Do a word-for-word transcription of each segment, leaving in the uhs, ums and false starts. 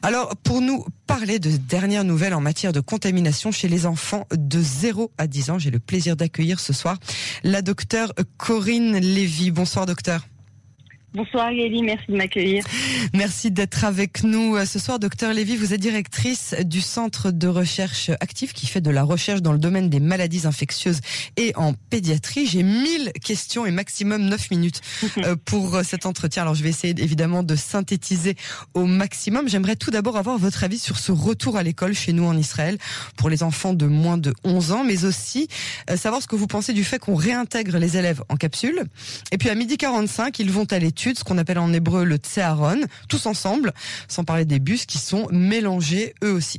Alors, pour nous parler de dernières nouvelles en matière de contamination chez les enfants de zéro à dix ans, j'ai le plaisir d'accueillir ce soir la docteure Corinne Lévy. Bonsoir docteur. Bonsoir Gaëlie, merci de m'accueillir. Merci d'être avec nous ce soir. Docteur Lévy, vous êtes directrice du Centre de recherche active qui fait de la recherche dans le domaine des maladies infectieuses et en pédiatrie. J'ai mille questions et maximum neuf minutes pour cet entretien. Alors je vais essayer évidemment de synthétiser au maximum. J'aimerais tout d'abord avoir votre avis sur ce retour à l'école chez nous en Israël pour les enfants de moins de onze ans, mais aussi savoir ce que vous pensez du fait qu'on réintègre les élèves en capsule. Et puis à midi quarante-cinq, ils vont à l'étude, ce qu'on appelle en hébreu le tséharon, tous ensemble, sans parler des bus qui sont mélangés eux aussi.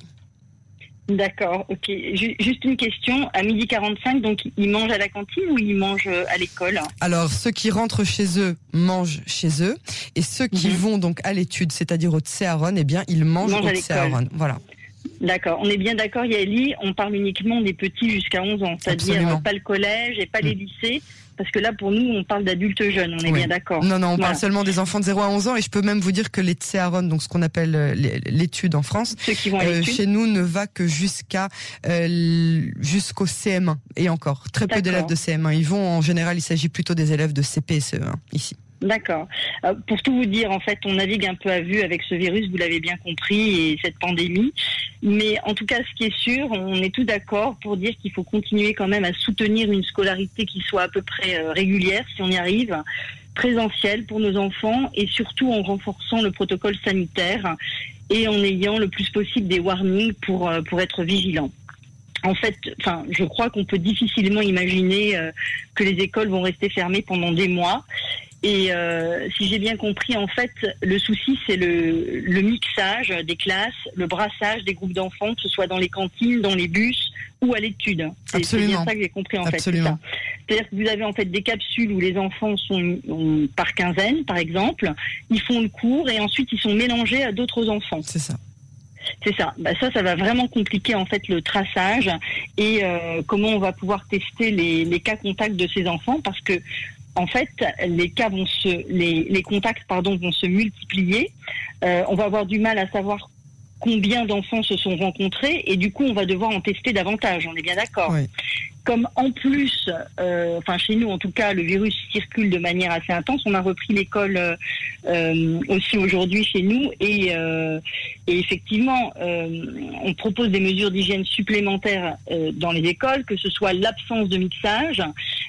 D'accord, ok. Juste une question, à midi quarante-cinq, donc ils mangent à la cantine ou ils mangent à l'école? Alors, ceux qui rentrent chez eux mangent chez eux, et ceux qui mm-hmm. vont donc à l'étude, c'est-à-dire au tséharon, eh bien, ils mangent, ils mangent au tséharon. Voilà. D'accord, on est bien d'accord Yaeli, on parle uniquement des petits jusqu'à onze ans, c'est-à-dire Absolument. Pas le collège et pas mm. les lycées. Parce que là, pour nous, on parle d'adultes jeunes, on est oui. bien d'accord. Non, non, on voilà. parle seulement des enfants de zéro à onze ans, et je peux même vous dire que les tséharon, donc ce qu'on appelle l'étude en France, Ceux qui vont à euh, chez nous ne va que jusqu'à euh, jusqu'au C M un, et encore, très d'accord. peu d'élèves de C M un. Ils vont, en général, il s'agit plutôt des élèves de C P et C E un, ici. D'accord. Euh, pour tout vous dire, en fait, on navigue un peu à vue avec ce virus, vous l'avez bien compris, et cette pandémie. Mais en tout cas, ce qui est sûr, on est tous d'accord pour dire qu'il faut continuer quand même à soutenir une scolarité qui soit à peu près euh, régulière, si on y arrive, présentielle pour nos enfants, et surtout en renforçant le protocole sanitaire et en ayant le plus possible des warnings pour, euh, pour être vigilants. En fait, enfin, je crois qu'on peut difficilement imaginer euh, que les écoles vont rester fermées pendant des mois. Et euh, si j'ai bien compris, en fait, le souci, c'est le, le mixage des classes, le brassage des groupes d'enfants, que ce soit dans les cantines, dans les bus ou à l'étude. C'est, c'est bien ça que j'ai compris, en Absolument. fait. C'est C'est-à-dire que vous avez en fait des capsules où les enfants sont on, par quinzaine, par exemple. Ils font le cours et ensuite ils sont mélangés à d'autres enfants. C'est ça. C'est ça. Bah ça, ça va vraiment compliquer en fait le traçage et euh, comment on va pouvoir tester les, les cas contacts de ces enfants, parce que en fait, les cas vont se, les, les contacts pardon vont se multiplier. Euh, on va avoir du mal à savoir combien d'enfants se sont rencontrés et du coup, on va devoir en tester davantage. On est bien d'accord. Oui. Comme en plus, euh, enfin chez nous en tout cas, le virus circule de manière assez intense. On a repris l'école euh, aussi aujourd'hui chez nous et, euh, et effectivement, euh, on propose des mesures d'hygiène supplémentaires euh, dans les écoles, que ce soit l'absence de mixage.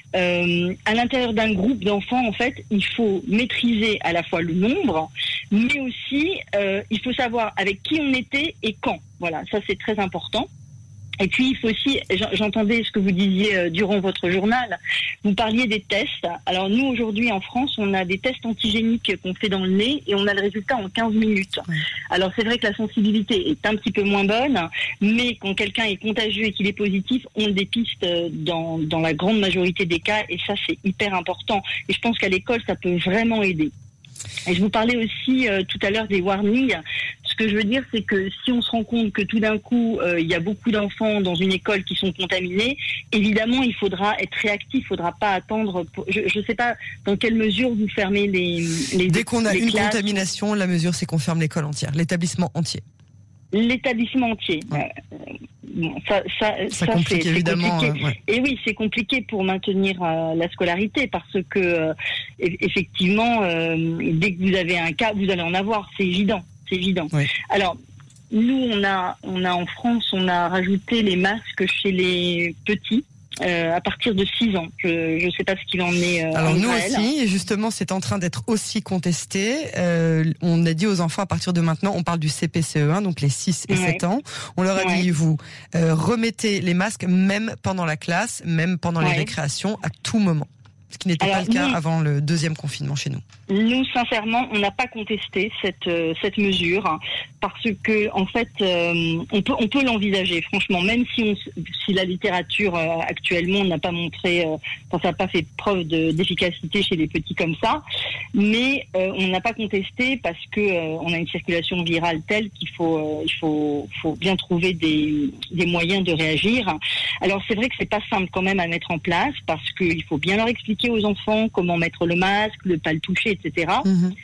Euh, à l'intérieur d'un groupe d'enfants, en fait, il faut maîtriser à la fois le nombre, mais aussi euh, il faut savoir avec qui on était et quand. Voilà, ça c'est très important. Et puis, il faut aussi, j'entendais ce que vous disiez euh, durant votre journal, vous parliez des tests. Alors nous, aujourd'hui, en France, on a des tests antigéniques qu'on fait dans le nez et on a le résultat en quinze minutes. Ouais. Alors c'est vrai que la sensibilité est un petit peu moins bonne, mais quand quelqu'un est contagieux et qu'il est positif, on le dépiste dans, dans la grande majorité des cas et ça, c'est hyper important. Et je pense qu'à l'école, ça peut vraiment aider. Et je vous parlais aussi euh, tout à l'heure des warnings. Ce que je veux dire, c'est que si on se rend compte que tout d'un coup, euh, il y a beaucoup d'enfants dans une école qui sont contaminés, évidemment, il faudra être réactif. Il ne faudra pas attendre. Pour... Je ne sais pas dans quelle mesure vous fermez les, les Dès qu'on a les une classes. contamination, la mesure, c'est qu'on ferme l'école entière, l'établissement entier. L'établissement entier. Ouais. Euh, bon, ça, ça, ça, ça complique c'est, évidemment. C'est compliqué. Euh, ouais. Et oui, c'est compliqué pour maintenir euh, la scolarité parce que euh, effectivement, euh, dès que vous avez un cas, vous allez en avoir. C'est évident. C'est évident. Oui. Alors, nous, on a, on a en France, on a rajouté les masques chez les petits. Euh, à partir de six ans. Je ne sais pas ce qu'il en est. Euh, Alors en nous Israël. aussi, et justement, c'est en train d'être aussi contesté. Euh, on a dit aux enfants, à partir de maintenant, on parle du C P C E un, donc les six et ouais. sept ans. On leur a ouais. dit, vous euh, remettez les masques même pendant la classe, même pendant ouais. les récréations, à tout moment. Ce qui n'était Alors, pas le cas nous, avant le deuxième confinement chez nous. Nous, sincèrement, on n'a pas contesté cette euh, cette mesure hein, parce que en fait, euh, on peut on peut l'envisager. Franchement, même si on, si la littérature euh, actuellement n'a pas montré, euh, enfin, ça n'a pas fait preuve de, d'efficacité chez les petits comme ça, mais euh, on n'a pas contesté parce que euh, on a une circulation virale telle qu'il faut euh, il faut faut bien trouver des des moyens de réagir. Alors c'est vrai que c'est pas simple quand même à mettre en place parce qu'il faut bien leur expliquer aux enfants comment mettre le masque, ne pas le toucher, et cetera. Mmh.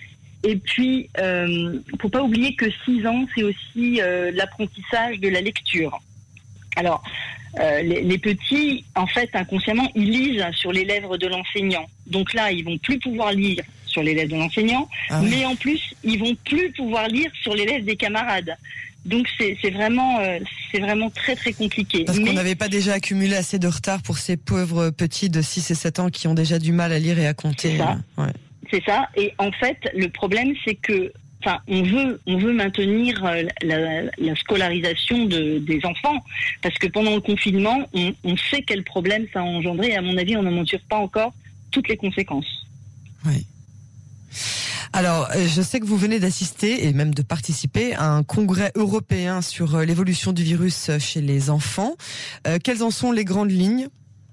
Et puis, euh, faut pas oublier que six ans, c'est aussi euh, l'apprentissage de la lecture. Alors, euh, les, les petits, en fait, inconsciemment, ils lisent sur les lèvres de l'enseignant. Donc là, ils vont plus pouvoir lire sur les lèvres de l'enseignant, ah oui. mais en plus, ils vont plus pouvoir lire sur les lèvres des camarades. Donc c'est, c'est vraiment, euh, c'est vraiment très très compliqué. Parce mais... qu'on n'avait pas déjà accumulé assez de retard pour ces pauvres petits de six et sept ans qui ont déjà du mal à lire et à compter. C'est ça. Ouais. C'est ça. Et en fait, le problème, c'est que, enfin, on veut, on veut maintenir la, la, la scolarisation de, des enfants, parce que pendant le confinement, on, on sait quel problème ça a engendré. Et à mon avis, on n'en mesure pas encore toutes les conséquences. Oui. Alors, je sais que vous venez d'assister et même de participer à un congrès européen sur l'évolution du virus chez les enfants. Euh, quelles en sont les grandes lignes ?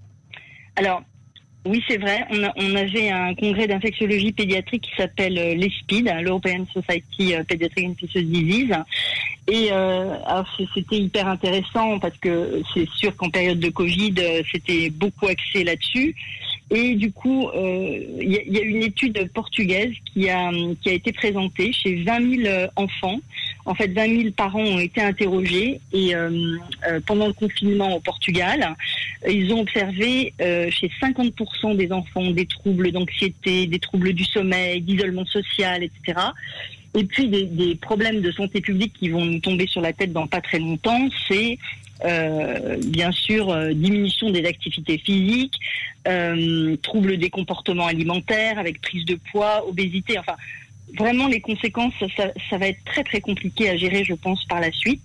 Alors, oui, c'est vrai. On, a, on avait un congrès d'infectiologie pédiatrique qui s'appelle l'ESPID, l'European Society Pediatric Infectious Disease. Et euh, alors c'était hyper intéressant parce que c'est sûr qu'en période de Covid, c'était beaucoup axé là-dessus. Et du coup, il euh, y, y a une étude portugaise qui a qui a été présentée chez vingt mille enfants. En fait, vingt mille parents ont été interrogés et euh, euh, pendant le confinement au Portugal, ils ont observé euh, chez cinquante pour cent des enfants des troubles d'anxiété, des troubles du sommeil, d'isolement social, et cetera. Et puis des, des problèmes de santé publique qui vont nous tomber sur la tête dans pas très longtemps, c'est euh, bien sûr euh, diminution des activités physiques, euh, troubles des comportements alimentaires avec prise de poids, obésité, enfin vraiment les conséquences, ça, ça va être très très compliqué à gérer, je pense, par la suite.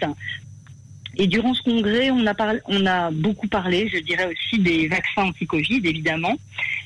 Et durant ce congrès, on a, parlé, on a beaucoup parlé, je dirais aussi, des vaccins anti-Covid, évidemment.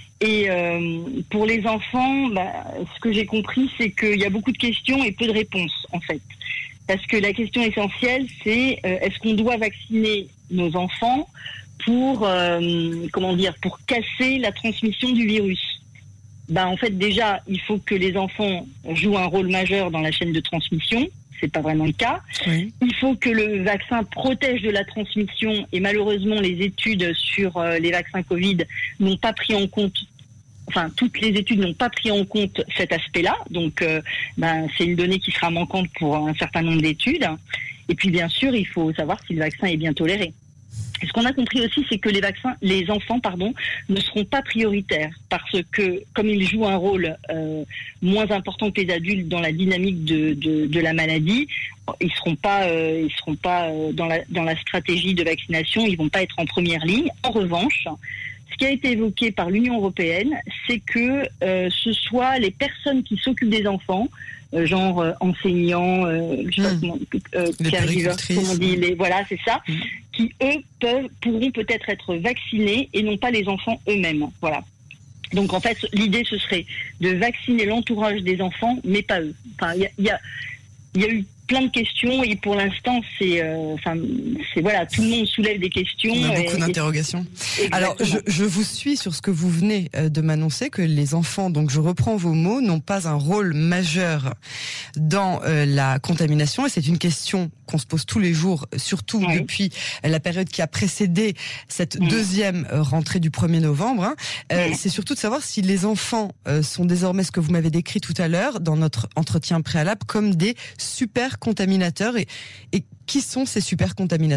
Et euh, pour les enfants, bah, ce que j'ai compris, c'est qu'il y a beaucoup de questions et peu de réponses, en fait. Parce que la question essentielle, c'est euh, est-ce qu'on doit vacciner nos enfants pour, euh, comment dire, pour casser la transmission du virus ? Bah, en fait, déjà, il faut que les enfants jouent un rôle majeur dans la chaîne de transmission. C'est pas vraiment le cas. Oui. Il faut que le vaccin protège de la transmission et malheureusement les études sur euh, les vaccins Covid n'ont pas pris en compte, enfin toutes les études n'ont pas pris en compte cet aspect-là. Donc euh, ben, c'est une donnée qui sera manquante pour un certain nombre d'études. Et puis bien sûr, il faut savoir si le vaccin est bien toléré. Et ce qu'on a compris aussi, c'est que les vaccins, les enfants, pardon, ne seront pas prioritaires parce que, comme ils jouent un rôle euh, moins important que les adultes dans la dynamique de, de, de la maladie, ils seront pas, euh, ils seront pas euh, dans la dans la stratégie de vaccination, ils vont pas être en première ligne. En revanche, ce qui a été évoqué par l'Union européenne, c'est que euh, ce soit les personnes qui s'occupent des enfants, euh, genre euh, enseignants, euh, je sais pas mmh. comment, euh, caregivers, comment on dit, les, voilà, c'est ça, mmh. qui eux peuvent, pourront peut-être être vaccinés et non pas les enfants eux-mêmes. Voilà. Donc en fait, l'idée ce serait de vacciner l'entourage des enfants, mais pas eux. Enfin, il y a, y a, y a eu plein de questions et pour l'instant c'est euh, enfin c'est voilà, tout le monde soulève des questions. On a beaucoup et, d'interrogations. Et... Alors je, je vous suis sur ce que vous venez de m'annoncer, que les enfants, donc je reprends vos mots, n'ont pas un rôle majeur dans euh, la contamination et c'est une question qu'on se pose tous les jours, surtout oui. depuis la période qui a précédé cette oui. deuxième rentrée du premier novembre. Hein. Euh, oui. C'est surtout de savoir si les enfants euh, sont désormais, ce que vous m'avez décrit tout à l'heure dans notre entretien préalable, comme des super contaminateurs. Et, et qui sont ces super contaminateurs ?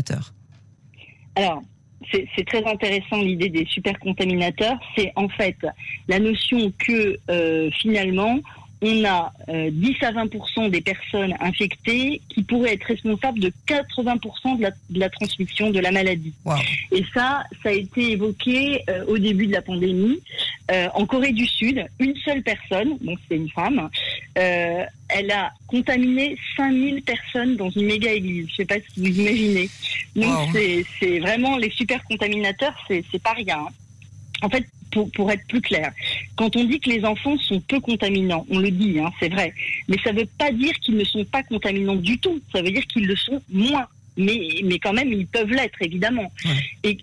Alors, c'est, c'est très intéressant l'idée des super contaminateurs. C'est en fait la notion que euh, finalement on a euh, dix à vingt pour cent des personnes infectées qui pourraient être responsables de quatre-vingts pour cent de la, de la transmission de la maladie. Wow. Et ça, ça a été évoqué euh, au début de la pandémie. Euh, en Corée du Sud, une seule personne, donc c'est une femme, euh, elle a contaminé cinq mille personnes dans une méga église. Je sais pas si vous imaginez. Donc wow. c'est, c'est vraiment les super contaminateurs, c'est, c'est pas rien. Hein. En fait, Pour, pour être plus clair, quand on dit que les enfants sont peu contaminants, on le dit, hein, c'est vrai, mais ça ne veut pas dire qu'ils ne sont pas contaminants du tout, ça veut dire qu'ils le sont moins, mais, mais quand même ils peuvent l'être évidemment. Ouais. Et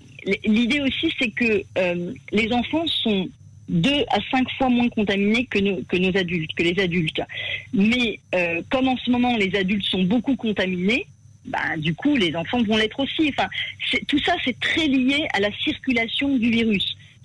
l'idée aussi c'est que euh, les enfants sont deux à cinq fois moins contaminés que nos, que nos adultes, que les adultes. Mais euh, comme en ce moment les adultes sont beaucoup contaminés, bah, du coup les enfants vont l'être aussi. Enfin, c'est, tout ça c'est très lié à la circulation du virus.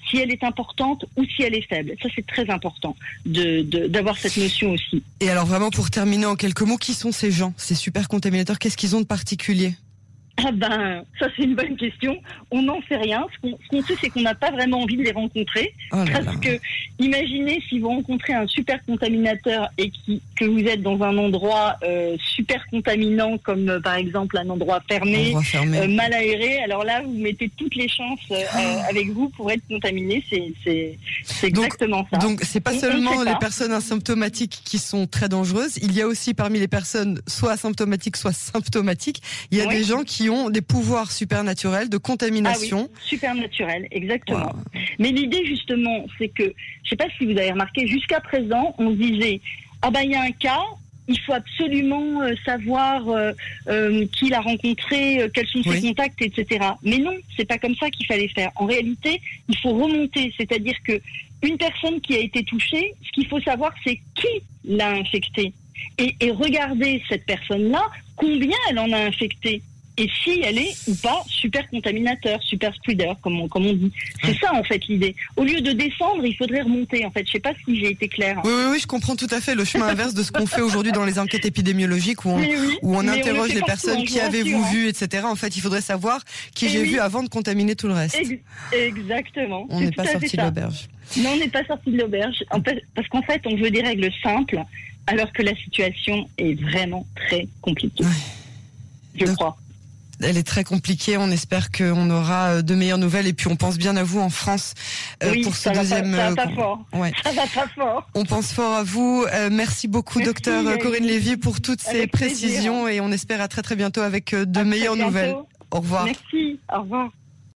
si elle est importante ou si elle est faible. Ça, c'est très important de, de, d'avoir cette notion aussi. Et alors vraiment, pour terminer en quelques mots, qui sont ces gens, ces super contaminateurs? Qu'est-ce qu'ils ont de particulier? Ah ben, ça c'est une bonne question. On n'en sait rien. Ce qu'on, ce qu'on sait, c'est qu'on n'a pas vraiment envie de les rencontrer. Oh là parce là. que, imaginez si vous rencontrez un super contaminateur et qui, que vous êtes dans un endroit euh, super contaminant, comme euh, par exemple un endroit fermé, Endroit fermé. Euh, mal aéré. Alors là, vous mettez toutes les chances euh, euh, avec vous pour être contaminé. C'est, c'est, c'est exactement donc, ça. Donc c'est pas On- on seulement sait les pas. personnes asymptomatiques qui sont très dangereuses. Il y a aussi parmi les personnes soit asymptomatiques, soit symptomatiques, il y a Oui. des gens qui ont des pouvoirs supernaturels de contamination. Ah oui, super naturel, exactement. Wow. Mais l'idée justement, c'est que, je sais pas si vous avez remarqué, jusqu'à présent, on se disait, ah ben il y a un cas, il faut absolument euh, savoir euh, euh, qui l'a rencontré, euh, quels sont ses Oui. contacts, et cetera. Mais non, c'est pas comme ça qu'il fallait faire. En réalité, il faut remonter, c'est-à-dire que une personne qui a été touchée, ce qu'il faut savoir, c'est qui l'a infectée. Et, et regarder cette personne-là, combien elle en a infecté. Et si elle est ou pas super contaminateur, super spreader, comme on, comme on dit. C'est Ouais. ça, en fait, l'idée. Au lieu de descendre, il faudrait remonter, en fait. Je sais pas si j'ai été claire. Oui, oui, oui, je comprends tout à fait le chemin inverse de ce qu'on fait aujourd'hui dans les enquêtes épidémiologiques où on, Mais oui, où on mais on le interroge fait les partout, personnes hein, qui je vous avez-vous rassure, vu, et cetera. En fait, il faudrait savoir qui Eh j'ai oui. vu avant de contaminer tout le reste. Ex- Exactement. On C'est n'est tout pas à fait sorti de ça. l'auberge. Non, on n'est pas sorti de l'auberge. En fait, parce qu'en fait, on veut des règles simples, alors que la situation est vraiment très compliquée. Ouais. Je Donc, crois. Elle est très compliquée. On espère qu'on aura de meilleures nouvelles. Et puis, on pense bien à vous en France euh, Oui, pour ce ça va deuxième. pas, ça va pas euh, fort. ouais. Ça va pas fort. On pense fort à vous. Euh, merci beaucoup, Merci, docteur Yael. Corinne Lévy, pour toutes ces Avec plaisir. précisions. Et on espère à très très bientôt avec euh, de À très meilleures bientôt. nouvelles. Au revoir. Merci. Au revoir.